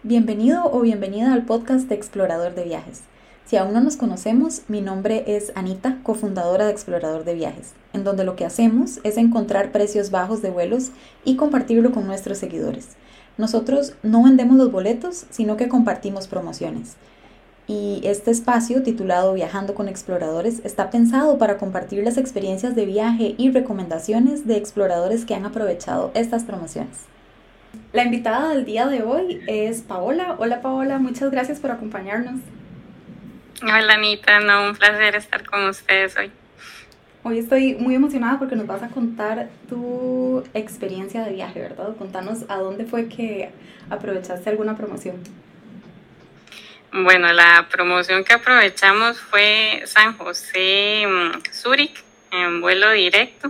Bienvenido o bienvenida al podcast de Explorador de Viajes. Si aún no nos conocemos, mi nombre es Anita, cofundadora de Explorador de Viajes, en donde lo que hacemos es encontrar precios bajos de vuelos y compartirlo con nuestros seguidores. Nosotros no vendemos los boletos, sino que compartimos promociones. Y este espacio, titulado Viajando con Exploradores, está pensado para compartir las experiencias de viaje y recomendaciones de exploradores que han aprovechado estas promociones. La invitada del día de hoy es Paola. Hola Paola, muchas gracias por acompañarnos. Hola Anita, no, un placer estar con ustedes hoy. Hoy estoy muy emocionada porque nos vas a contar tu experiencia de viaje, ¿verdad? Contanos a dónde fue que aprovechaste alguna promoción. Bueno, la promoción que aprovechamos fue San José, Zúrich, en vuelo directo.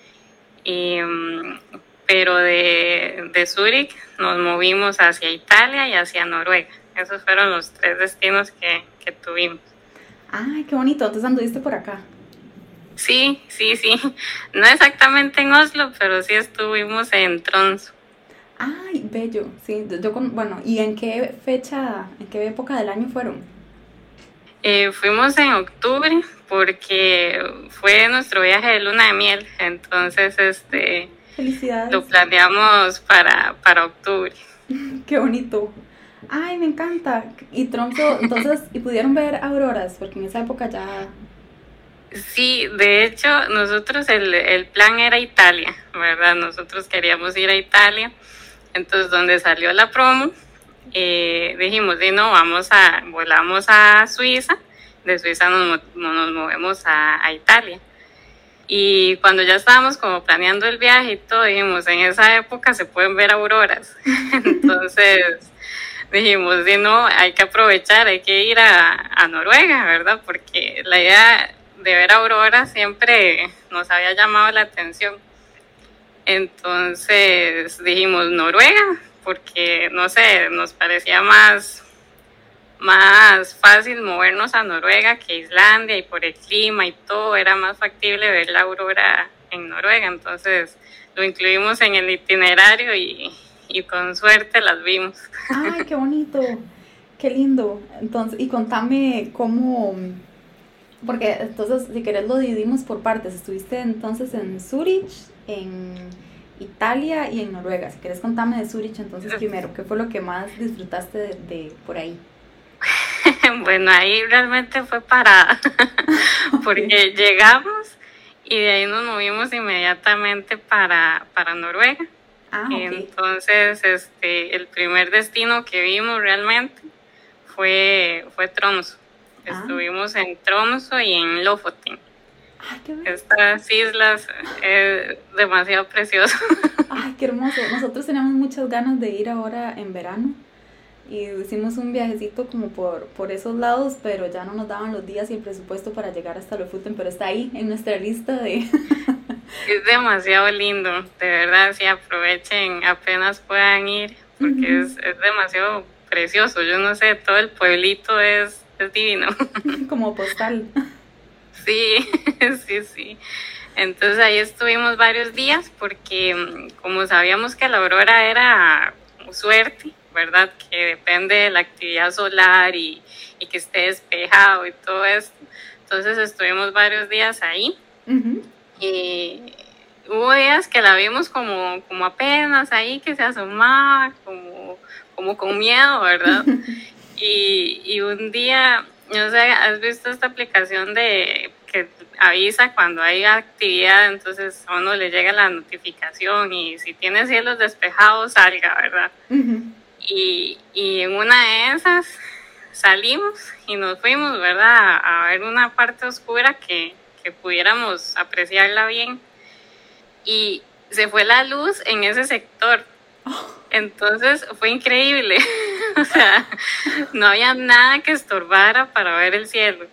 Pero de Zúrich nos movimos hacia Italia y hacia Noruega. Esos fueron los 3 destinos que tuvimos. ¡Ay, qué bonito! Entonces anduviste por acá. Sí. No exactamente en Oslo, pero sí estuvimos en Tromsø. ¡Ay, bello! Sí, bueno, ¿y en qué fecha, en qué época del año fueron? Fuimos en octubre porque fue nuestro viaje de luna de miel. Entonces, ¡Felicidades! lo planeamos para octubre. ¡Qué bonito! ¡Ay, me encanta! Y Tromsø, entonces, ¿y pudieron ver auroras? Porque en esa época ya... Sí, de hecho, nosotros el plan era Italia, ¿verdad? Nosotros queríamos ir a Italia. Entonces, donde salió la promo, dijimos, no, volamos a Suiza. De Suiza nos movemos a Italia. Y cuando ya estábamos como planeando el viaje y todo, dijimos, en esa época se pueden ver auroras. Entonces dijimos, no, hay que aprovechar, hay que ir a Noruega, ¿verdad? Porque la idea de ver auroras siempre nos había llamado la atención. Entonces dijimos Noruega, porque no sé, nos parecía más fácil movernos a Noruega que Islandia, y por el clima y todo era más factible ver la aurora en Noruega. Entonces lo incluimos en el itinerario y con suerte las vimos. ¡Ay, qué bonito! ¡Qué lindo! Entonces, y contame cómo... Porque entonces, si querés, lo dividimos por partes. Estuviste entonces en Zúrich, en Italia y en Noruega. Si querés, contame de Zúrich entonces primero. ¿Qué fue lo que más disfrutaste de por ahí? Bueno, ahí realmente fue parada, porque llegamos y de ahí nos movimos inmediatamente para Noruega. Okay. Entonces, el primer destino que vimos realmente fue Tromsø. Estuvimos en Tromsø y en Lofoten. Ay, qué bello. Estas islas es demasiado precioso. Ay, qué hermoso. Nosotros tenemos muchas ganas de ir ahora en verano y hicimos un viajecito como por esos lados, pero ya no nos daban los días y el presupuesto para llegar hasta Lofoten, pero está ahí en nuestra lista de... Es demasiado lindo, de verdad, sí, aprovechen apenas puedan ir, porque es demasiado precioso. Yo no sé, todo el pueblito es divino. Como postal. Sí. Entonces ahí estuvimos varios días porque como sabíamos que la aurora era suerte, ¿verdad? Que depende de la actividad solar y que esté despejado y todo esto. Entonces estuvimos varios días ahí. Y hubo días que la vimos como apenas ahí, que se asomaba, como con miedo, ¿verdad? Y un día, no sé, ¿has visto esta aplicación que avisa cuando hay actividad? Entonces a uno le llega la notificación y si tiene cielos despejados, salga, ¿verdad? Y en una de esas salimos y nos fuimos, ¿verdad? A ver una parte oscura que pudiéramos apreciarla bien. Y se fue la luz en ese sector. Entonces fue increíble. O sea, no había nada que estorbara para ver el cielo.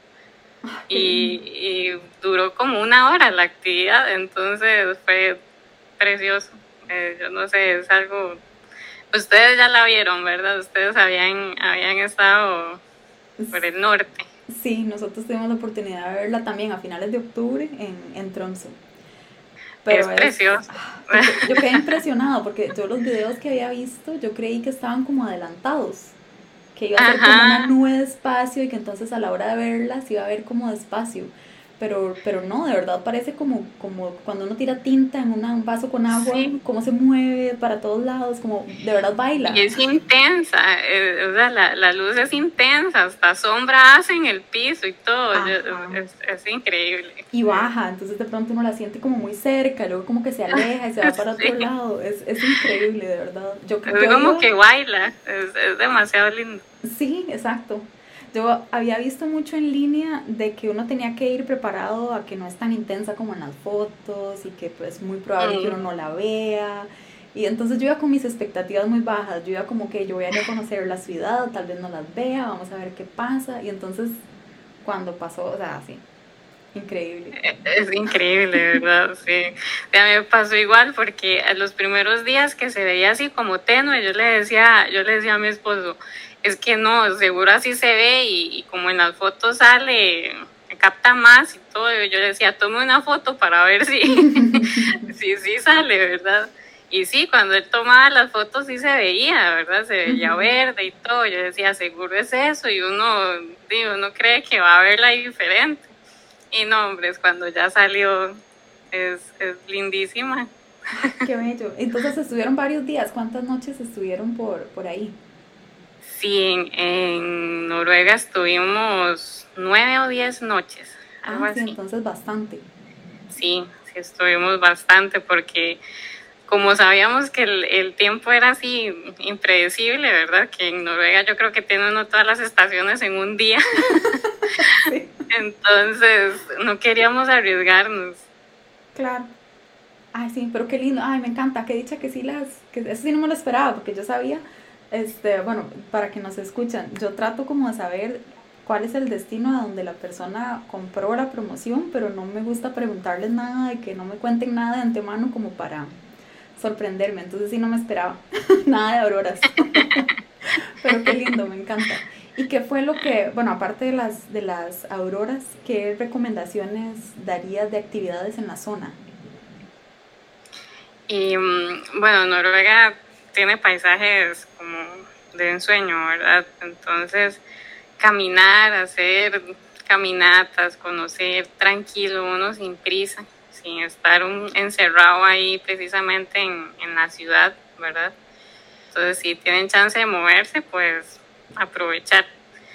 Y duró como 1 hora la actividad. Entonces fue precioso. Yo no sé, es algo... Ustedes ya la vieron, ¿verdad? Ustedes habían estado por el norte. Sí, nosotros tuvimos la oportunidad de verla también a finales de octubre en Tromsø. Es precioso. Yo quedé impresionado porque yo los videos que había visto, yo creí que estaban como adelantados, que iba a ser como una nube de espacio y que entonces a la hora de verlas iba a ver como despacio. Pero no, de verdad parece como cuando uno tira tinta en un vaso con agua, Sí. cómo se mueve para todos lados, como de verdad baila. Y es intensa, o sea, la luz es intensa, hasta sombra hace en el piso y todo, es increíble. Y baja, entonces de pronto uno la siente como muy cerca, luego como que se aleja y se va para Sí. otro lado, es increíble, de verdad. Es como que baila, es demasiado lindo. Sí, exacto. Yo había visto mucho en línea de que uno tenía que ir preparado a que no es tan intensa como en las fotos y que pues muy probable que uno no la vea. Y entonces yo iba con mis expectativas muy bajas, yo iba como que yo voy a ir a conocer la ciudad, tal vez no las vea, vamos a ver qué pasa. Y entonces cuando pasó, o sea, sí, increíble. Es increíble, ¿verdad? Sí. A mí me pasó igual porque a los primeros días que se veía así como tenue, yo le decía a mi esposo, es que no, seguro así se ve y como en las fotos sale, capta más y todo. Yo le decía, tome una foto para ver si sí sale, ¿verdad? Y sí, cuando él tomaba las fotos sí se veía, ¿verdad? Se veía verde y todo. Yo decía, seguro es eso y uno cree que va a verla diferente. Y no, hombre, es cuando ya salió, es lindísima. Qué bello. Entonces estuvieron varios días, ¿cuántas noches estuvieron por ahí? Sí, en Noruega estuvimos 9 o 10 noches, algo Sí, así. entonces bastante. Sí, estuvimos bastante porque como sabíamos que el tiempo era así impredecible, ¿verdad? Que en Noruega yo creo que tiene uno todas las estaciones en un día. Sí. Entonces no queríamos arriesgarnos. Claro. Ay, sí, pero qué lindo. Ay, me encanta. Qué dicha que que eso sí no me lo esperaba, porque yo sabía, bueno, para que nos escuchan, yo trato como de saber cuál es el destino a donde la persona compró la promoción, pero no me gusta preguntarles nada, de que no me cuenten nada de antemano como para sorprenderme. Entonces sí no me esperaba nada de auroras. Pero qué lindo, me encanta. ¿Y qué fue lo que, bueno, aparte de las auroras, qué recomendaciones darías de actividades en la zona? Y bueno, Noruega tiene paisajes como de ensueño, ¿verdad? Entonces, caminar, hacer caminatas, conocer tranquilo, uno sin prisa, sin estar encerrado ahí precisamente en la ciudad, ¿verdad? Entonces, si tienen chance de moverse, pues aprovechar.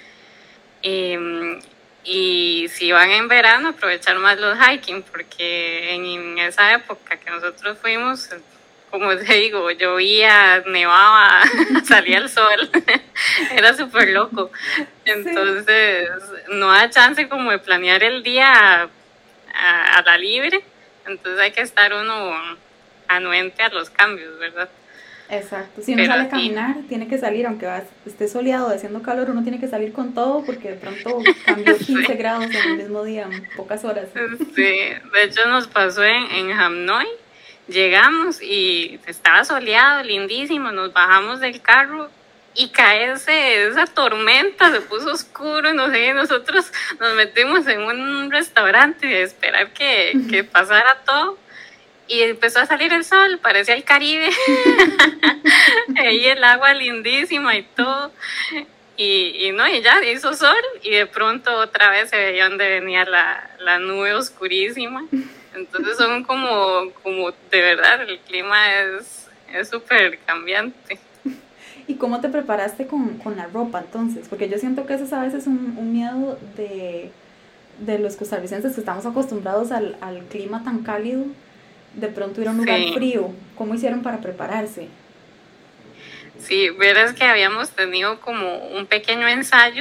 Y si van en verano, aprovechar más los hiking, porque en esa época que nosotros fuimos, como te digo, llovía, nevaba, salía el sol, era súper loco. Entonces, no da chance como de planear el día a la libre, entonces hay que estar uno anuente a los cambios, ¿verdad? Exacto, si uno sale a caminar, tiene que salir, aunque esté soleado, haciendo calor, uno tiene que salir con todo porque de pronto cambió 15 grados en el mismo día, en pocas horas. Sí, de hecho nos pasó en Hanoi, llegamos y estaba soleado, lindísimo, nos bajamos del carro y cae esa tormenta, se puso oscuro, no sé, nosotros nos metimos en un restaurante a esperar que pasara todo. Y empezó a salir el sol, parecía el Caribe, ahí el agua lindísima y todo, y ya hizo sol, y de pronto otra vez se veía donde venía la nube oscurísima, entonces son como de verdad, el clima es súper cambiante. ¿Y cómo te preparaste con la ropa entonces? Porque yo siento que eso es a veces un miedo de los costarricenses que estamos acostumbrados al clima tan cálido, de pronto ir a un lugar frío. ¿Cómo hicieron para prepararse? Sí, verás que habíamos tenido como un pequeño ensayo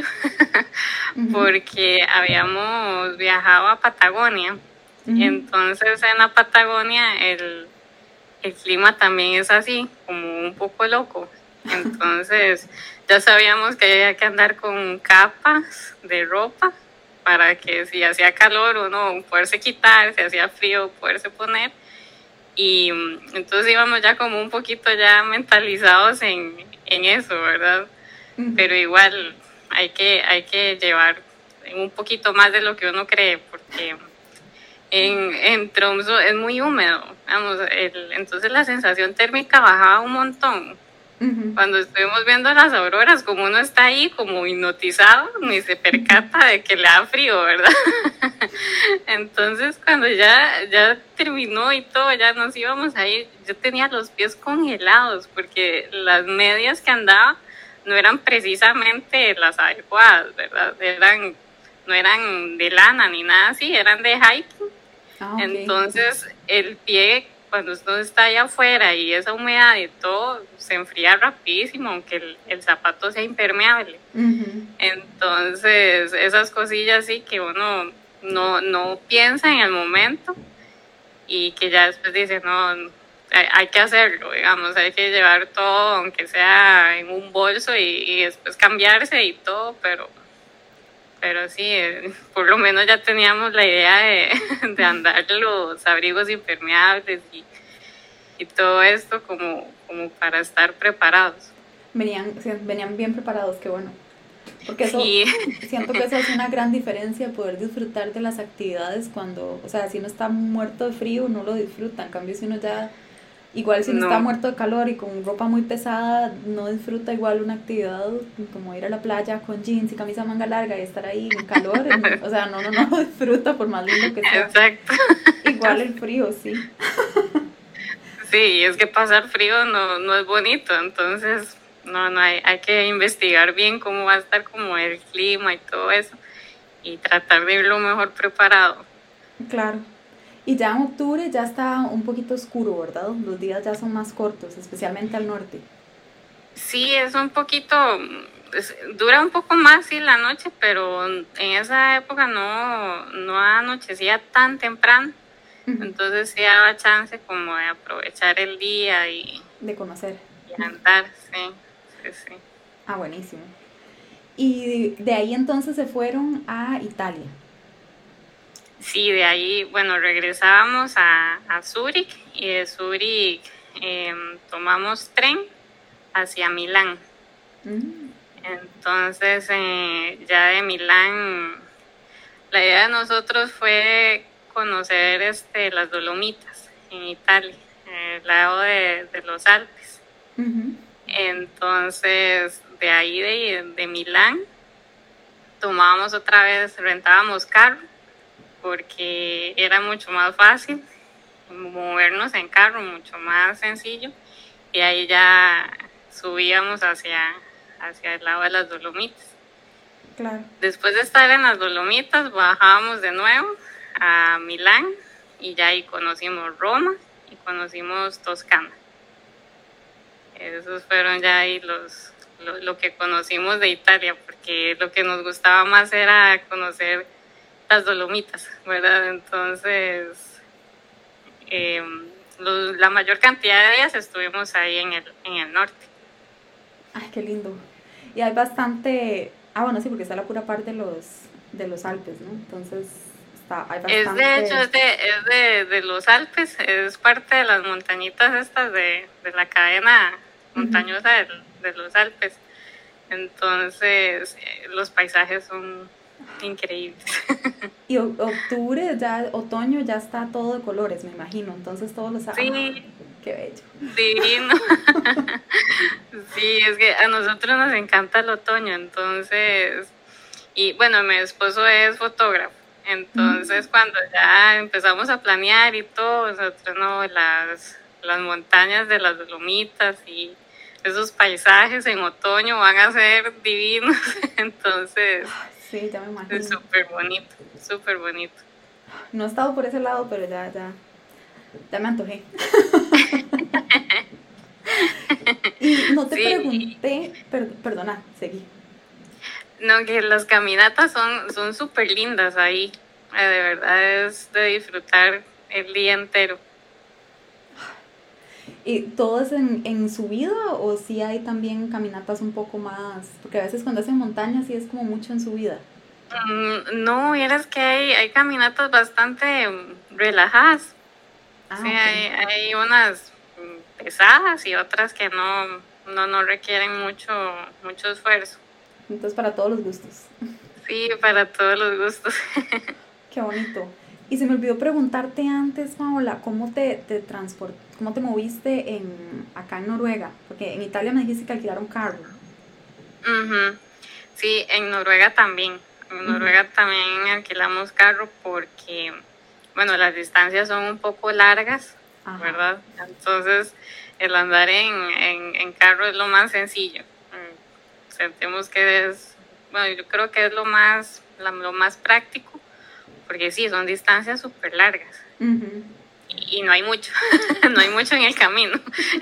porque habíamos viajado a Patagonia. Entonces en la Patagonia el clima también es así, como un poco loco. Entonces ya sabíamos que había que andar con capas de ropa para que si hacía calor uno poderse quitar, si hacía frío poderse poner. Y entonces íbamos ya como un poquito ya mentalizados en eso, ¿verdad? Pero igual hay que llevar un poquito más de lo que uno cree, porque en Tromsø es muy húmedo, vamos, entonces la sensación térmica bajaba un montón. Cuando estuvimos viendo las auroras, como uno está ahí como hipnotizado, ni se percata de que le da frío, ¿verdad? Entonces cuando ya terminó y todo, ya nos íbamos a ir, yo tenía los pies congelados porque las medias que andaba no eran precisamente las adecuadas, ¿verdad? No eran de lana ni nada así, eran de hiking. Okay. Entonces el pie, cuando uno está allá afuera y esa humedad y todo, se enfría rapidísimo, aunque el zapato sea impermeable. Entonces esas cosillas sí que uno no piensa en el momento y que ya después dice, no, hay que hacerlo, digamos, hay que llevar todo, aunque sea en un bolso y después cambiarse y todo, pero sí, por lo menos ya teníamos la idea de andar los abrigos impermeables y todo esto como para estar preparados. Venían bien preparados, qué bueno. Porque eso, sí. Siento que eso es una gran diferencia, poder disfrutar de las actividades cuando, o sea, si uno está muerto de frío, no lo disfruta. En cambio, si uno ya, igual si uno está muerto de calor y con ropa muy pesada, no disfruta igual una actividad como ir a la playa con jeans y camisa manga larga y estar ahí en calor. O sea, no lo disfruta por más lindo que sea. Exacto. Igual el frío, sí. Sí, es que pasar frío no es bonito, entonces no hay que investigar bien cómo va a estar como el clima y todo eso y tratar de ir lo mejor preparado. Claro. Y ya en octubre ya está un poquito oscuro, ¿verdad? Los días ya son más cortos, especialmente al norte. Sí, es un poquito, dura un poco más sí la noche, pero en esa época no anochecía tan temprano. Entonces sí daba chance como de aprovechar el día y de conocer y andar, sí. Ah, buenísimo. Y de ahí entonces se fueron a Italia. Sí, de ahí, bueno, regresábamos a Zúrich y de Zúrich tomamos tren hacia Milán. Entonces ya de Milán, la idea de nosotros fue conocer las Dolomitas en Italia, el lado de los Alpes. Entonces de ahí de Milán tomábamos otra vez, rentábamos carro porque era mucho más fácil movernos en carro, mucho más sencillo, y ahí ya subíamos hacia el lado de las Dolomitas. Claro. Después de estar en las Dolomitas bajábamos de nuevo a Milán y ya ahí conocimos Roma y conocimos Toscana. Esos fueron ya ahí lo que conocimos de Italia, porque lo que nos gustaba más era conocer las Dolomitas, ¿verdad? Entonces la mayor cantidad de días estuvimos ahí en el norte. Ay, qué lindo. Y hay bastante, bueno, sí, porque está la pura parte de los Alpes, ¿no? Entonces hay bastante. Es de los Alpes, es parte de las montañitas estas de la cadena montañosa de los Alpes. Entonces los paisajes son increíbles. Y octubre, ya otoño, ya está todo de colores, me imagino. Entonces todos los sí, qué bello. Divino. Sí, es que a nosotros nos encanta el otoño, entonces, y bueno, mi esposo es fotógrafo, entonces cuando ya empezamos a planear y todo, nosotros las montañas de las Dolomitas y esos paisajes en otoño van a ser divinos, entonces sí, ya me imagino. Es súper bonito, súper bonito. No he estado por ese lado, pero ya me antojé. Y no te pregunté, perdona, seguí. No, que las caminatas son súper lindas ahí, de verdad es de disfrutar el día entero. ¿Y todo es en subida o sí hay también caminatas un poco más? Porque a veces cuando hacen montañas sí es como mucho en subida. No, vieras que hay caminatas bastante relajadas. Sí, okay. Hay unas pesadas y otras que no requieren mucho esfuerzo. Entonces para todos los gustos. Sí, para todos los gustos. Qué bonito. Y se me olvidó preguntarte antes, Paola, cómo te moviste acá en Noruega? Porque en Italia me dijiste que alquilaron carro. Ujú. Sí, en Noruega también. En Ujú. Noruega también alquilamos carro porque, bueno, las distancias son un poco largas, Ajá. ¿verdad? Entonces, el andar en carro es lo más sencillo. Sentimos que es, bueno, yo creo que es lo más práctico, porque sí, son distancias súper largas. Ujú. Y no hay mucho, no hay mucho en el camino.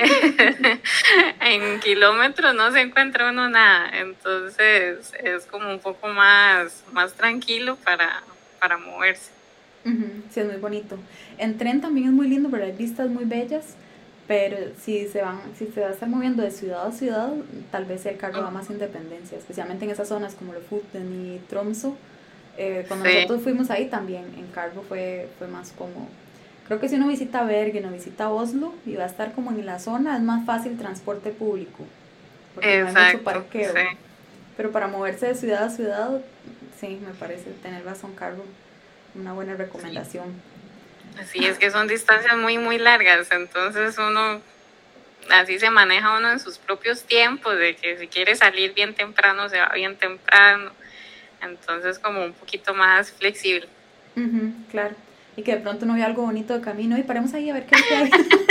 En kilómetros no se encuentra uno nada, entonces es como un poco más tranquilo para moverse. Ujú. Sí, es muy bonito. En tren también es muy lindo, pero hay vistas muy bellas. Pero si se va a estar moviendo de ciudad a ciudad, tal vez el carro da más independencia, especialmente en esas zonas como Lofoten y Tromso. Cuando Sí, nosotros fuimos ahí también en carro fue más cómodo. Creo que si uno visita Bergen o visita Oslo y va a estar como en la zona, es más fácil transporte público, porque no hay mucho exacto, parqueo. sí. Pero para moverse de ciudad a ciudad, sí, me parece tener razón, carro, una buena recomendación. Así es que son distancias muy largas, entonces uno así se maneja uno en sus propios tiempos, de que si quiere salir bien temprano, se va bien temprano, entonces como un poquito más flexible. Ujú, claro. Y que de pronto no ve algo bonito de camino y paremos ahí a ver qué es lo que hay.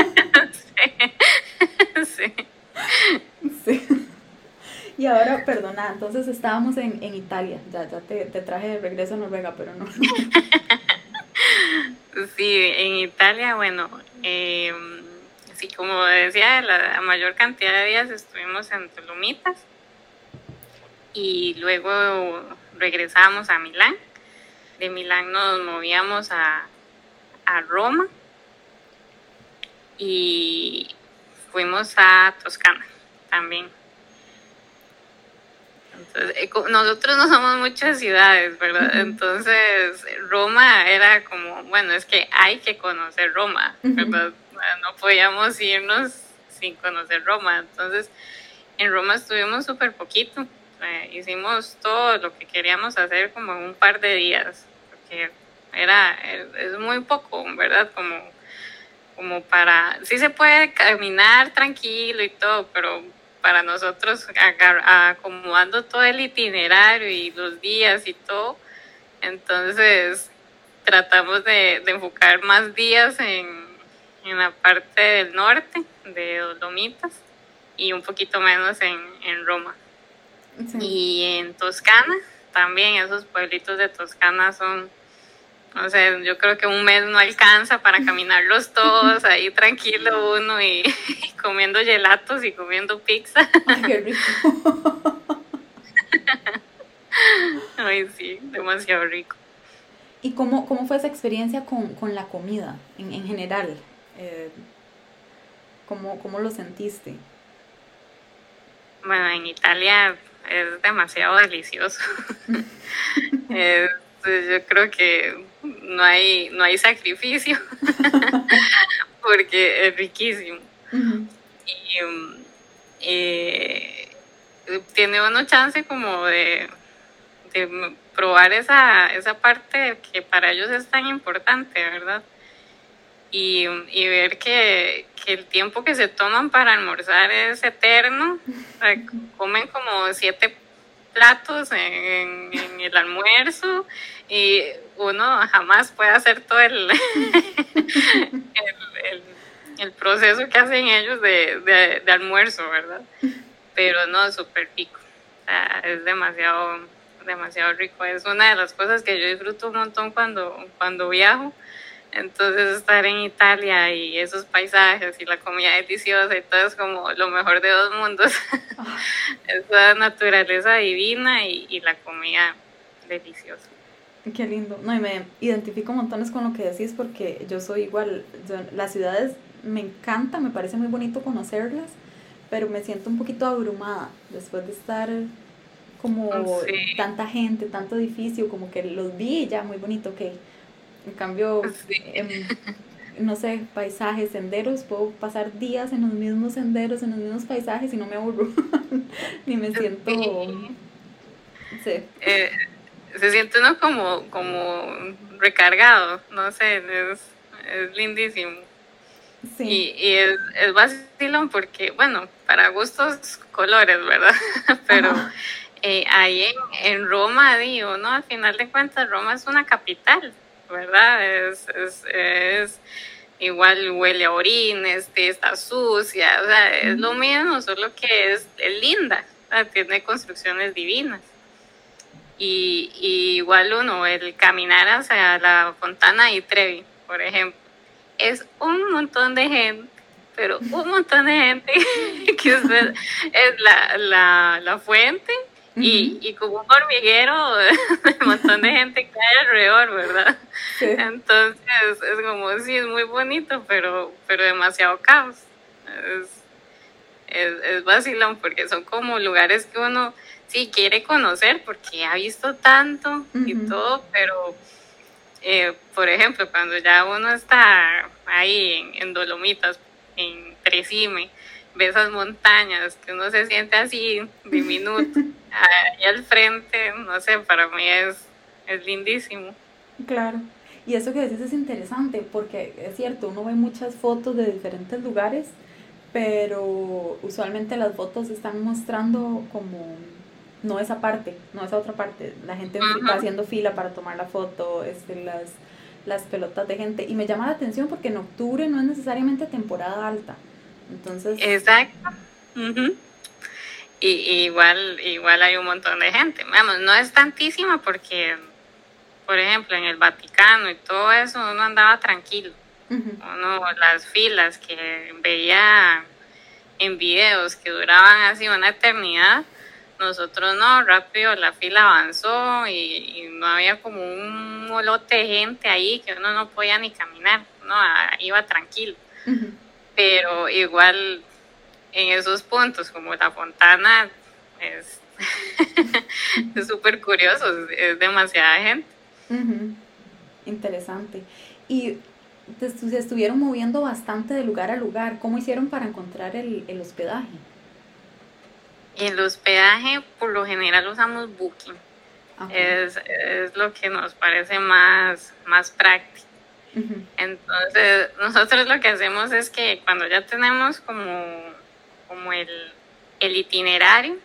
Sí. Sí. Y ahora, perdona, entonces estábamos en Italia. Ya te traje de regreso a Noruega, pero no. Sí, en Italia, bueno, sí, como decía, la mayor cantidad de días estuvimos en Dolomitas y luego regresamos a Milán. De Milán nos movíamos a Roma y fuimos a Toscana también. Entonces, nosotros no somos muchas ciudades, ¿verdad? Ujú, Entonces, Roma era como, bueno, es que hay que conocer Roma, ujú. ¿verdad? No podíamos irnos sin conocer Roma. Entonces, en Roma estuvimos súper poquito. Hicimos todo lo que queríamos hacer como en un par de días, porque es muy poco, ¿verdad? Como para, sí se puede caminar tranquilo y todo, pero para nosotros acomodando todo el itinerario y los días y todo, entonces tratamos de enfocar más días en la parte del norte de Dolomitas y un poquito menos en Roma. Sí. Y en Toscana, también esos pueblitos de Toscana son, o sea, yo creo que un mes no alcanza para caminarlos todos ahí tranquilo uno y comiendo gelatos y comiendo pizza. Ay, qué rico. Ay, sí, demasiado rico. ¿Y cómo fue esa experiencia con la comida en general? Eh, ¿cómo lo sentiste? Bueno, en Italia es demasiado delicioso. Es, yo creo que no hay sacrificio porque es riquísimo. Ujú. Y eh, tiene uno chance como de probar esa parte que para ellos es tan importante, ¿verdad? Y ver que el tiempo que se toman para almorzar es eterno. O sea, comen como 7 platos en el almuerzo y uno jamás puede hacer todo el, el proceso que hacen ellos de almuerzo, ¿verdad? Pero no, súper rico. O sea, es demasiado rico. Es una de las cosas que yo disfruto un montón cuando viajo. Entonces estar en Italia y esos paisajes y la comida deliciosa y todo es como lo mejor de dos mundos. Esa naturaleza divina y la comida deliciosa. Qué lindo. No, y me identifico montones con lo que decís porque yo soy igual. Las ciudades me encantan, me parece muy bonito conocerlas, pero me siento un poquito abrumada después de estar como Sí, tanta gente, tanto edificio, como que los vi y ya, muy bonito, ok. En cambio, sí, no sé, paisajes, senderos, puedo pasar días en los mismos senderos, en los mismos paisajes y no me aburro, ni me siento, sí. sí. Eh, se siente uno como recargado, no sé, es lindísimo. Sí, Y es vacilón porque, bueno, para gustos colores, ¿verdad? Pero ajá, ahí en Roma, digo, ¿no? Al final de cuentas, Roma es una capital, ¿verdad? Es igual huele a orines, está sucia, o sea, es lo mismo, solo que es linda, o sea, tiene construcciones divinas. Y igual uno, el caminar hacia la Fontana di Trevi, por ejemplo, es un montón de gente, pero un montón de gente que usted es la fuente ujú, y como un hormiguero de un montón de gente que hay alrededor, ¿verdad? sí, Entonces es como, sí, es muy bonito, pero demasiado caos. Es, es vacilón porque son como lugares que uno sí quiere conocer porque ha visto tanto y ujú, todo, pero por ejemplo, cuando ya uno está ahí en Dolomitas, en Tresime, ve esas montañas, que uno se siente así diminuto, ahí al frente, no sé, para mí es lindísimo. claro. Y eso que decís es interesante porque es cierto, uno ve muchas fotos de diferentes lugares, pero usualmente las fotos están mostrando como no esa parte, no esa otra parte. La gente va Ujú, haciendo fila para tomar la foto, las pelotas de gente. Y me llama la atención porque en octubre no es necesariamente temporada alta. Entonces, exacto. Ujú. Y igual hay un montón de gente. Vamos, no es tantísima porque, por ejemplo, en el Vaticano y todo eso, uno andaba tranquilo. ujú, Uno, las filas que veía en videos que duraban así una eternidad, nosotros no, rápido la fila avanzó y no había como un molote de gente ahí que uno no podía ni caminar, no, iba tranquilo. ujú, Pero igual en esos puntos como la Fontana es es súper curioso, es demasiada gente. ujú. Interesante. Y se estuvieron moviendo bastante de lugar a lugar. ¿Cómo hicieron para encontrar el hospedaje? El hospedaje por lo general usamos Booking, Ok. es lo que nos parece más práctico. Ujú, Entonces, nosotros lo que hacemos es que cuando ya tenemos como el itinerario,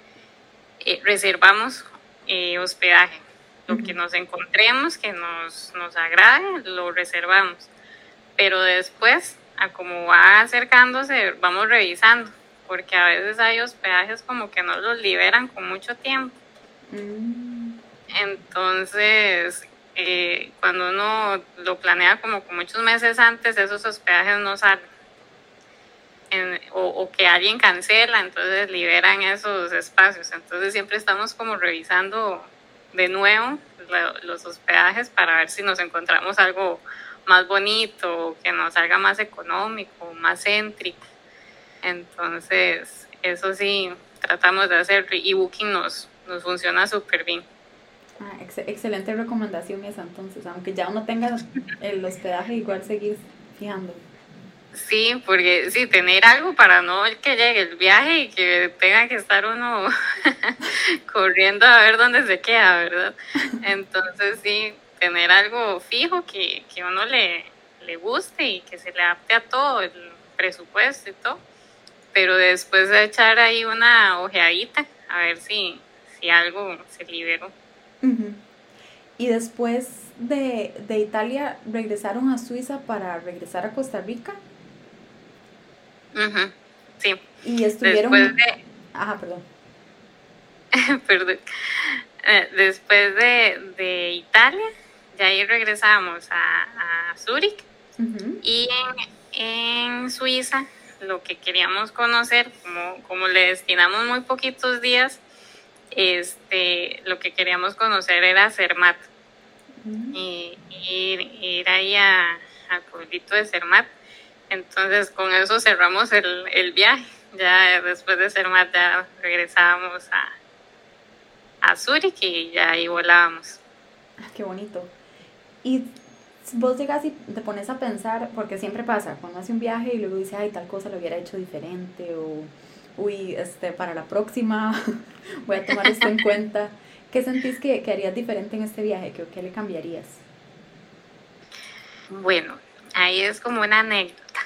reservamos hospedaje. Lo ujú. que nos encontremos, que nos agrade, lo reservamos. Pero después, a como va acercándose, vamos revisando, porque a veces hay hospedajes como que no los liberan con mucho tiempo. Mm, Entonces, cuando uno lo planea como con muchos meses antes, esos hospedajes no salen. O que alguien cancela, entonces liberan esos espacios. Entonces siempre estamos como revisando de nuevo los hospedajes para ver si nos encontramos algo más bonito, que nos salga más económico, más céntrico. Entonces, eso sí, tratamos de hacerlo y Booking nos funciona súper bien. excelente recomendación esa entonces. Aunque ya uno tenga el hospedaje, igual seguir fijando. Sí, porque sí, tener algo para no que llegue el viaje y que tenga que estar uno corriendo a ver dónde se queda, ¿verdad? Entonces sí, tener algo fijo que uno le guste y que se le adapte a todo, el presupuesto y todo, pero después de echar ahí una ojeadita a ver si algo se liberó. Ujú. Y después de Italia, regresaron a Suiza para regresar a Costa Rica. Ujú, sí, Y después estuvieron... de, Ajá, perdón. perdón, después de Italia, ya ahí regresamos a Zúrich Ujú, y en Suiza lo que queríamos conocer, como le destinamos muy poquitos días, lo que queríamos conocer era Zermatt y ir ahí al pueblito de Zermatt. Entonces con eso cerramos el viaje. Ya después de Zermatt ya regresábamos a Zúrich y ya ahí volábamos. qué bonito. Y vos llegas y te pones a pensar, porque siempre pasa, cuando hace un viaje y luego dice, ay, tal cosa lo hubiera hecho diferente, o, uy, para la próxima voy a tomar esto en cuenta. ¿Qué sentís que harías diferente en este viaje? ¿Qué le cambiarías? Bueno, ahí es como una anécdota,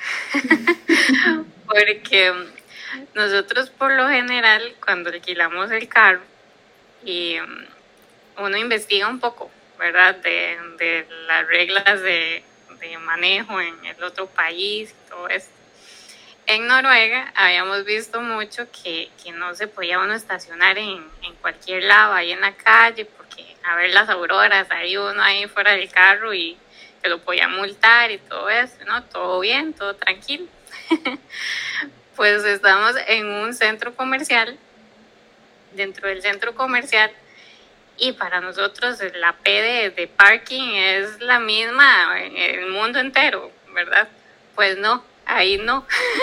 porque nosotros por lo general cuando alquilamos el carro y uno investiga un poco, ¿verdad? De las reglas de manejo en el otro país y todo esto. En Noruega habíamos visto mucho que no se podía uno estacionar en cualquier lado, ahí en la calle, porque a ver las auroras, ahí uno ahí fuera del carro y que lo podían multar y todo eso, ¿no? Todo bien, todo tranquilo. Pues estamos en un centro comercial, dentro del centro comercial, y para nosotros la P de parking es la misma en el mundo entero, ¿verdad? Pues no, ahí no.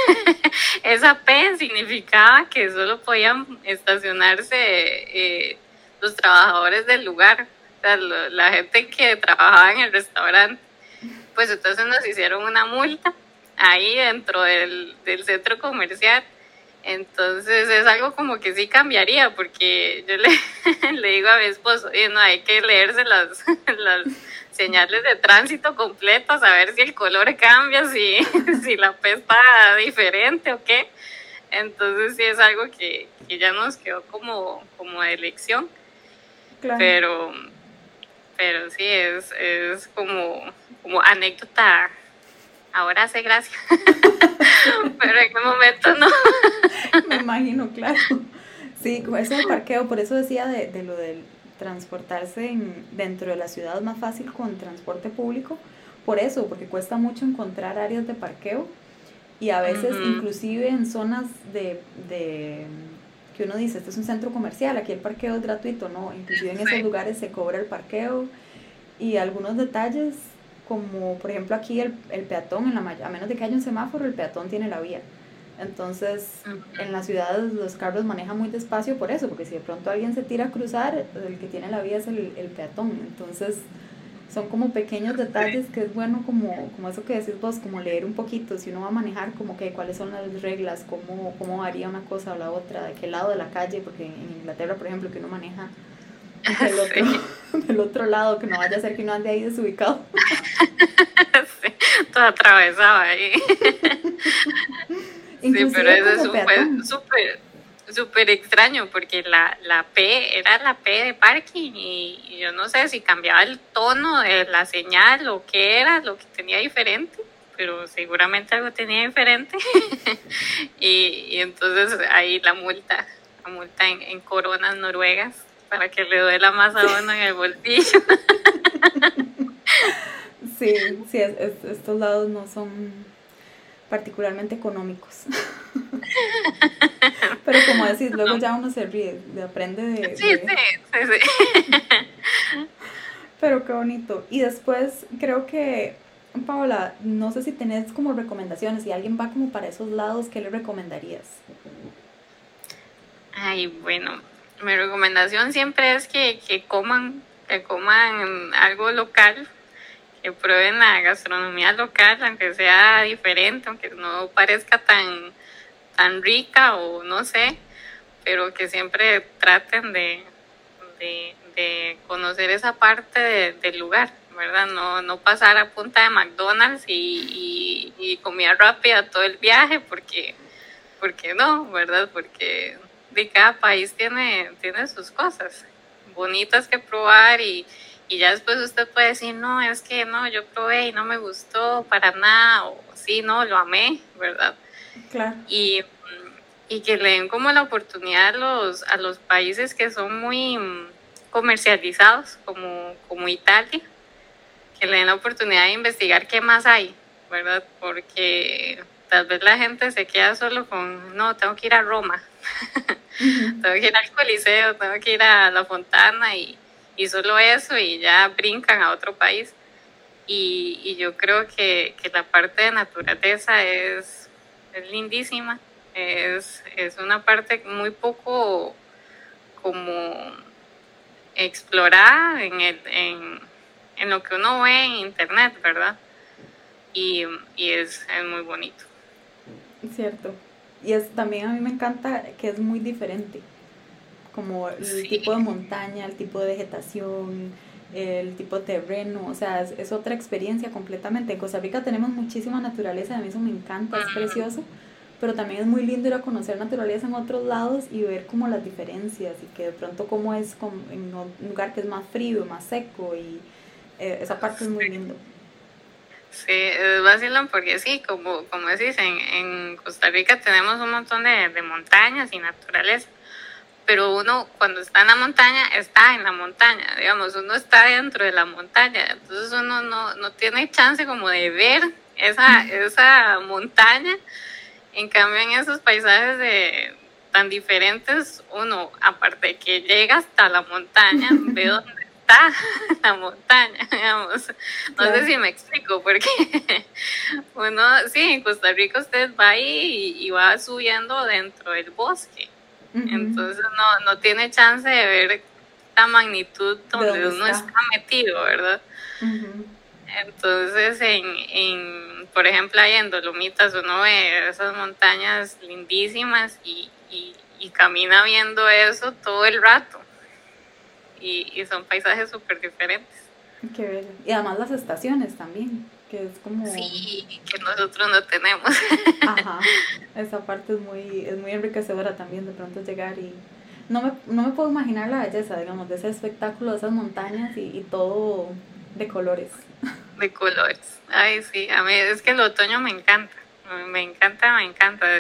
Esa P significaba que solo podían estacionarse los trabajadores del lugar, o sea, la gente que trabajaba en el restaurante. Pues entonces nos hicieron una multa ahí dentro del centro comercial. Entonces es algo como que sí cambiaría, porque yo le digo a mi esposo, no, hay que leerse las señales de tránsito completas, a ver si el color cambia, si la P está diferente o qué. Entonces sí es algo que ya nos quedó como de elección. Claro. Pero sí es como anécdota. Ahora hace gracia, pero en el momento no. Me imagino, claro. Sí, eso del parqueo, por eso decía de lo del transportarse dentro de la ciudad es más fácil con transporte público, por eso, porque cuesta mucho encontrar áreas de parqueo y a veces inclusive en zonas de que uno dice, este es un centro comercial, aquí el parqueo es gratuito, no, inclusive en esos lugares se cobra el parqueo y algunos detalles como por ejemplo aquí el peatón, a menos de que haya un semáforo, el peatón tiene la vía. Entonces, en las ciudades los carros manejan muy despacio por eso, porque si de pronto alguien se tira a cruzar, el que tiene la vía es el peatón. Entonces, son como pequeños detalles que es bueno como eso que decís vos, como leer un poquito, si uno va a manejar, como que cuáles son las reglas, cómo haría una cosa o la otra, de qué lado de la calle, porque en Inglaterra, por ejemplo, que uno maneja del otro lado, que no vaya a ser que uno ande ahí desubicado. Sí, todo atravesado ahí. Sí, pero eso fue súper extraño, porque la P era la P de parking y yo no sé si cambiaba el tono de la señal o qué era lo que tenía diferente, pero seguramente algo tenía diferente. y entonces ahí la multa en coronas noruegas para que le duela más a uno en el bolsillo. Sí, estos lados no son particularmente económicos. Pero como decís, luego ya uno se ríe, aprende de... Sí. Pero qué bonito. Y después creo que, Paola, no sé si tenés como recomendaciones, si alguien va como para esos lados, ¿qué le recomendarías? Ay, bueno, mi recomendación siempre es que coman algo local, que prueben la gastronomía local, aunque sea diferente, aunque no parezca tan rica o no sé, pero que siempre traten de conocer esa parte del lugar, ¿verdad? No pasar a punta de McDonald's y comida rápida todo el viaje, porque no, ¿verdad? Porque de cada país tiene sus cosas bonitas que probar y ya después usted puede decir, no, es que no, yo probé y no me gustó para nada, o sí, no, lo amé, ¿verdad? Claro. Y que le den como la oportunidad a los países que son muy comercializados, como Italia, que le den la oportunidad de investigar qué más hay, ¿verdad? Porque tal vez la gente se queda solo con, no, tengo que ir a Roma, tengo que ir al Coliseo, tengo que ir a la Fontana y solo eso, y ya brincan a otro país. Y yo creo que la parte de naturaleza es lindísima, es una parte muy poco como explorada en lo que uno ve en internet, ¿verdad? Y es muy bonito. Cierto. Y también a mí me encanta que es muy diferente. como el Sí. tipo de montaña, el tipo de vegetación, el tipo de terreno, o sea, es otra experiencia completamente. En Costa Rica tenemos muchísima naturaleza, a mí eso me encanta, es Mm, precioso, pero también es muy lindo ir a conocer naturaleza en otros lados y ver como las diferencias y que de pronto cómo es como en un lugar que es más frío, más seco y esa parte es muy lindo. sí, es vacilón porque sí, como decís, en Costa Rica tenemos un montón de montañas y naturaleza, pero uno cuando está en la montaña, está en la montaña, digamos, uno está dentro de la montaña, entonces uno no tiene chance como de ver esa montaña. En cambio, en esos paisajes tan diferentes, uno, aparte de que llega hasta la montaña, ve dónde está la montaña, digamos. No sé Claro. si me explico, porque uno, sí, en Costa Rica usted va ahí y va subiendo dentro del bosque. Ujú. Entonces no tiene chance de ver la magnitud ¿De donde dónde uno está está? metido, ¿verdad? Ujú. Entonces, por ejemplo, ahí en Dolomitas uno ve esas montañas lindísimas y camina viendo eso todo el rato. Y son paisajes súper diferentes. Qué bello. Y además las estaciones también, que es como, Sí, que nosotros no tenemos. ajá, esa parte es muy enriquecedora también de pronto llegar y no me puedo imaginar la belleza, digamos, de ese espectáculo, de esas montañas y todo de colores. De colores. Ay, sí, a mí es que el otoño me encanta. Me encanta, me encanta.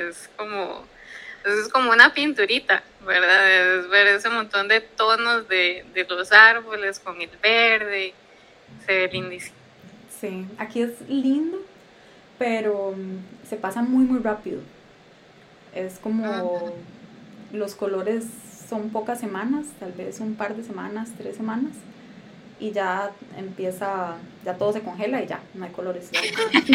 Es como una pinturita, ¿verdad? Es ver ese montón de tonos de los árboles con el verde. Se ve lindísimo. Sí, aquí es lindo, pero se pasa muy muy rápido. Es Mm, como los colores son pocas semanas, tal vez un par de semanas, 3 semanas, y ya empieza, ya todo se congela y ya, no hay colores ya.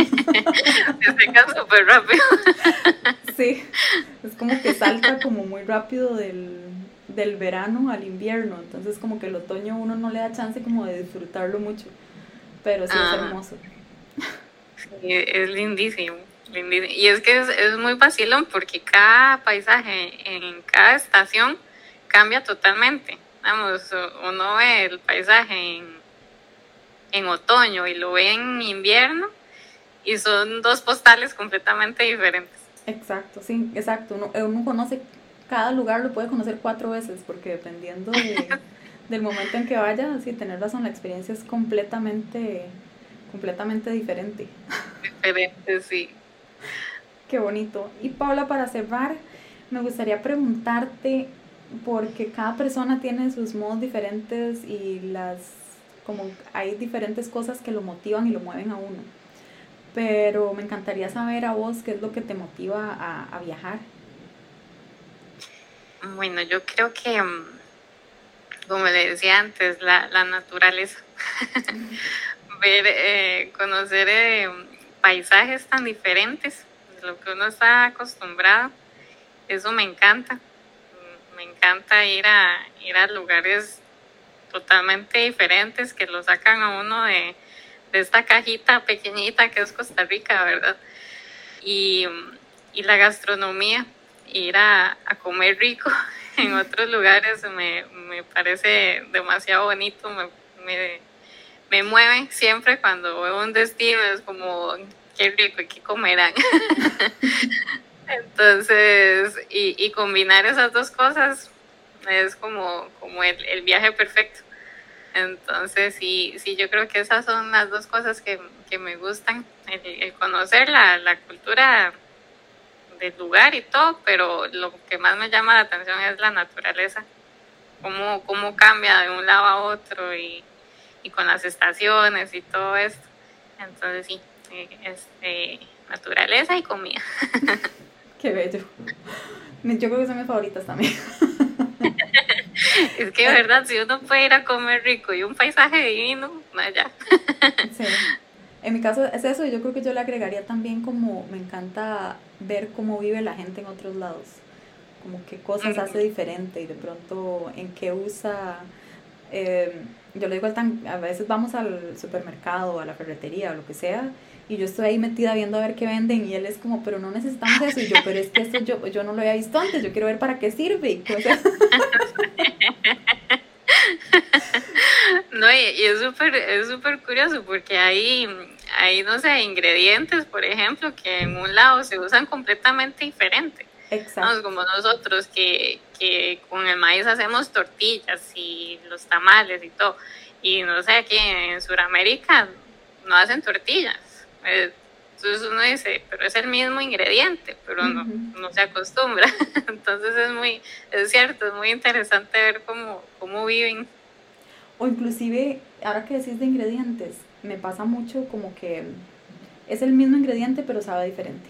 se seca súper rápido. Sí, es como que salta como muy rápido del verano al invierno, entonces como que el otoño uno no le da chance como de disfrutarlo mucho, pero sí es Ajá, hermoso. sí, es lindísimo, lindísimo. Y es que es muy vacilón porque cada paisaje en cada estación cambia totalmente. Vamos, uno ve el paisaje en otoño y lo ve en invierno y son dos postales completamente diferentes. Exacto, sí, exacto. Uno conoce cada lugar, lo puede conocer 4 veces, porque dependiendo del momento en que vaya, sí, tener razón, la experiencia es completamente diferente. Diferentes, sí. Qué bonito. Y Paula, para cerrar, me gustaría preguntarte, porque cada persona tiene sus modos diferentes y como hay diferentes cosas que lo motivan y lo mueven a uno. Pero me encantaría saber a vos qué es lo que te motiva a viajar. Bueno, yo creo que, como le decía antes, la naturaleza. Ver, conocer paisajes tan diferentes de lo que uno está acostumbrado, eso me encanta. Me encanta ir a lugares totalmente diferentes que lo sacan a uno de esta cajita pequeñita que es Costa Rica, ¿verdad? Y, y la gastronomía, ir a comer rico en otros lugares me parece demasiado bonito, me mueve siempre cuando veo un destino, es como, qué rico, ¿qué comerán? Entonces, y combinar esas dos cosas es como el viaje perfecto. Entonces, sí, yo creo que esas son las dos cosas que me gustan, el conocer la cultura del lugar y todo, pero lo que más me llama la atención es la naturaleza, cómo cambia de un lado a otro y con las estaciones y todo esto. Entonces sí, naturaleza y comida. Qué bello. Yo creo que son mis favoritas también. Es que de verdad, si uno puede ir a comer rico y un paisaje divino, allá. Sí. En mi caso es eso, y yo creo que yo le agregaría también como me encanta ver cómo vive la gente en otros lados, como qué cosas hace diferente y de pronto en qué usa Yo le digo a veces vamos al supermercado, a la ferretería o lo que sea, y yo estoy ahí metida viendo a ver qué venden, y él es como, pero no necesitamos eso, y yo, pero es que esto yo no lo había visto antes, yo quiero ver para qué sirve, y cosas. No, y es súper curioso porque hay, no sé, ingredientes, por ejemplo, que en un lado se usan completamente diferente. Exacto. No, como nosotros que con el maíz hacemos tortillas y los tamales y todo. Y no sé, aquí en Sudamérica no hacen tortillas. Entonces uno dice, pero es el mismo ingrediente, pero no se acostumbra. Entonces es cierto, es muy interesante ver cómo viven. O inclusive, ahora que decís de ingredientes, me pasa mucho como que es el mismo ingrediente pero sabe diferente.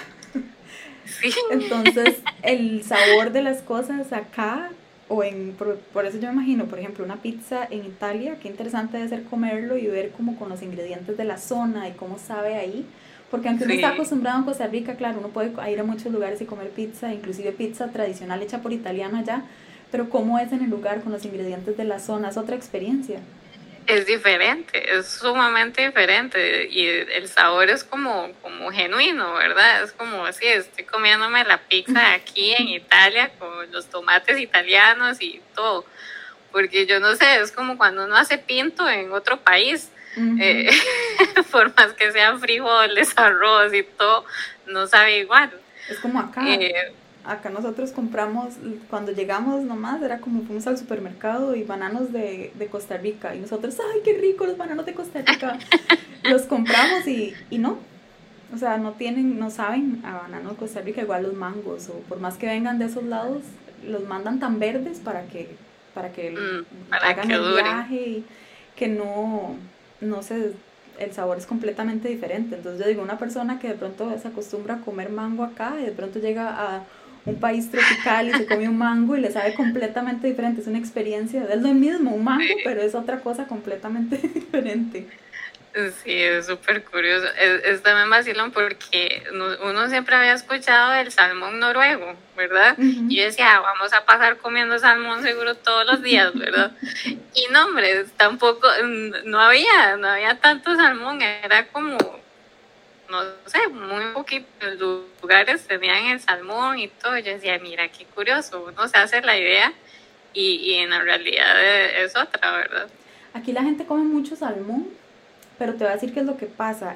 Sí. Entonces, el sabor de las cosas acá, por eso yo me imagino, por ejemplo, una pizza en Italia, qué interesante debe ser comerlo y ver como con los ingredientes de la zona y cómo sabe ahí. Porque aunque uno está Sí. acostumbrado en Costa Rica, claro, uno puede ir a muchos lugares y comer pizza, inclusive pizza tradicional hecha por italiano allá, pero cómo es en el lugar con los ingredientes de la zona, es otra experiencia. Es diferente, es sumamente diferente y el sabor es como genuino, ¿verdad? Es como así, estoy comiéndome la pizza aquí en Italia con los tomates italianos y todo, porque yo no sé, es como cuando uno hace pinto en otro país, eh, Ujú. por más que sean frijoles, arroz y todo, no sabe igual. Es como acá. Eh, Acá nosotros compramos, cuando llegamos nomás, era como fuimos al supermercado y bananos de Costa Rica. Y nosotros, ¡ay, qué rico los bananos de Costa Rica! Los compramos y no. O sea, no saben a banano de Costa Rica, igual los mangos. O por más que vengan de esos lados, los mandan tan verdes para que para hagan que el duren. viaje y que no se, el sabor es completamente diferente. Entonces yo digo, una persona que de pronto se acostumbra a comer mango acá y de pronto llega a un país tropical y se come un mango y le sabe completamente diferente, es una experiencia, es lo mismo, un mango, pero es otra cosa completamente diferente. Sí, es súper curioso. Es también vacilón porque uno siempre había escuchado del salmón noruego, ¿verdad? Y Ujú. yo decía, vamos a pasar comiendo salmón seguro todos los días, ¿verdad? Y no, hombre, tampoco, no había tanto salmón, era como, no sé, muy poquitos lugares tenían el salmón y todo. Yo decía, mira, qué curioso, uno se hace la idea y en la realidad es otra, ¿verdad? Aquí la gente come mucho salmón, pero te voy a decir qué es lo que pasa.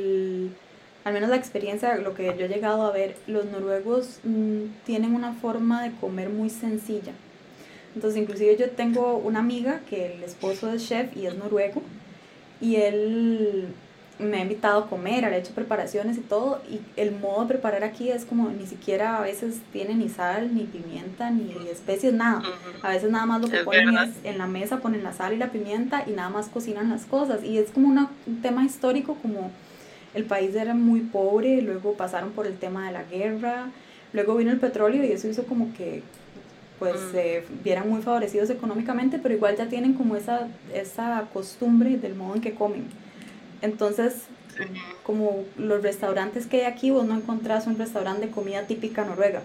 Al menos la experiencia, lo que yo he llegado a ver, los noruegos tienen una forma de comer muy sencilla. Entonces, inclusive yo tengo una amiga que el esposo es chef y es noruego, y él me ha invitado a comer, ha hecho preparaciones y todo, y el modo de preparar aquí es como ni siquiera a veces tiene ni sal, ni pimienta, ni especies, nada. A veces nada más lo que Es ponen verdad. es en la mesa, ponen la sal y la pimienta y nada más cocinan las cosas. Y es como un tema histórico, como el país era muy pobre, luego pasaron por el tema de la guerra, luego vino el petróleo y eso hizo como que pues se vieran muy favorecidos económicamente, pero igual ya tienen como esa costumbre del modo en que comen. Entonces, como los restaurantes que hay aquí, vos no encontrás un restaurante de comida típica noruega.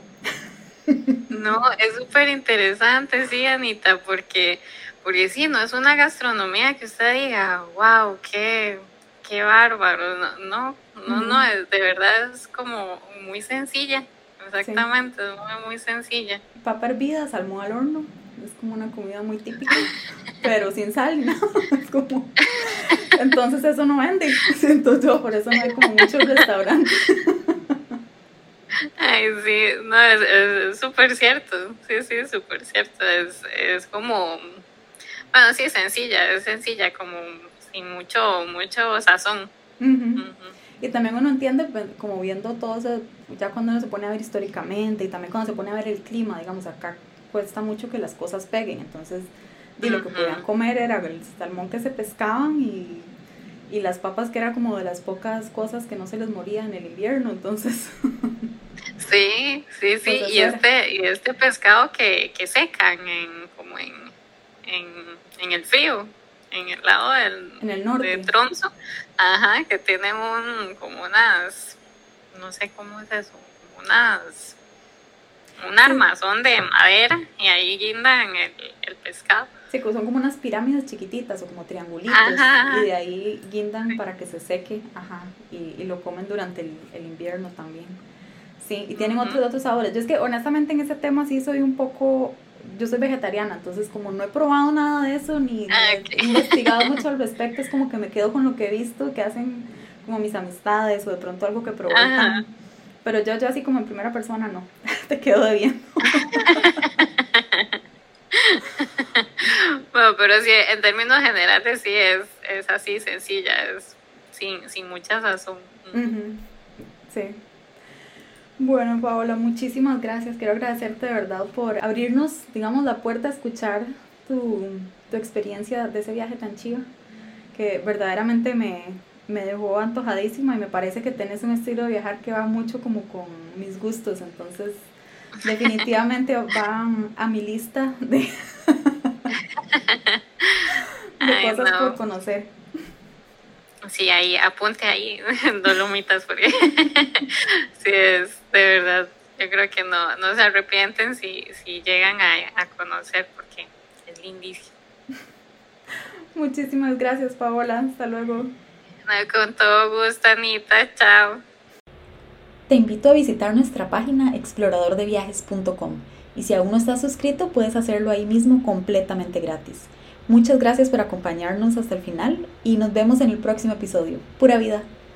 No, es súper interesante, sí, Anita, porque sí, no es una gastronomía que usted diga, wow, qué bárbaro. No, no, no, no, Ujú. de verdad es como muy sencilla, Sí. exactamente, es muy sencilla. Papa hervida, salmón al horno, es como una comida muy típica, pero sin sal, ¿no? Es como... Entonces eso no vende. Entonces por eso no hay como muchos restaurantes. Ay, sí, no, es súper cierto, sí, sí, súper cierto, es como, bueno, sí, es sencilla, como sin mucho sazón. Ujú. Ujú, Y también uno entiende, pues, como viendo todo eso, ya cuando uno se pone a ver históricamente y también cuando se pone a ver el clima, digamos, acá cuesta mucho que las cosas peguen, entonces lo que podían ujú. comer era el salmón que se pescaban y las papas que era como de las pocas cosas que no se les moría en el invierno, entonces Sí, sí, pues sí, y eso era, este pescado que secan en, en el frío, en el lado en el de norte. Tronzo, ajá, que tienen como unas, no sé cómo es eso, como unas, un armazón de madera y ahí guindan el pescado. Sí, son como unas pirámides chiquititas o como triangulitos. Ajá. Y de ahí guindan para que se seque, ajá, y lo comen durante el invierno también. Sí, y tienen otros sabores. Yo es que honestamente en ese tema sí soy un poco, yo soy vegetariana, entonces como no he probado nada de eso ni he investigado mucho al respecto, es como que me quedo con lo que he visto que hacen como mis amistades o de pronto algo que probé tan, pero yo así como en primera persona no, te quedo debiendo. Bueno, pero sí, en términos generales sí es así sencilla, es sin mucha sazón. Sí. Bueno, Paola, muchísimas gracias. Quiero agradecerte de verdad por abrirnos, digamos, la puerta a escuchar tu experiencia de ese viaje tan chido, que verdaderamente me dejó antojadísima y me parece que tenés un estilo de viajar que va mucho como con mis gustos, entonces definitivamente va a mi lista de cosas por conocer. Sí, ahí, apunte ahí, Dolomitas, porque sí es, de verdad, yo creo que no se arrepienten si llegan a conocer, porque es lindísimo. Muchísimas gracias, Paola, hasta luego. Con todo gusto, Anita, chao. Te invito a visitar nuestra página exploradordeviajes.com y si aún no estás suscrito puedes hacerlo ahí mismo completamente gratis. Muchas gracias por acompañarnos hasta el final y nos vemos en el próximo episodio. Pura vida.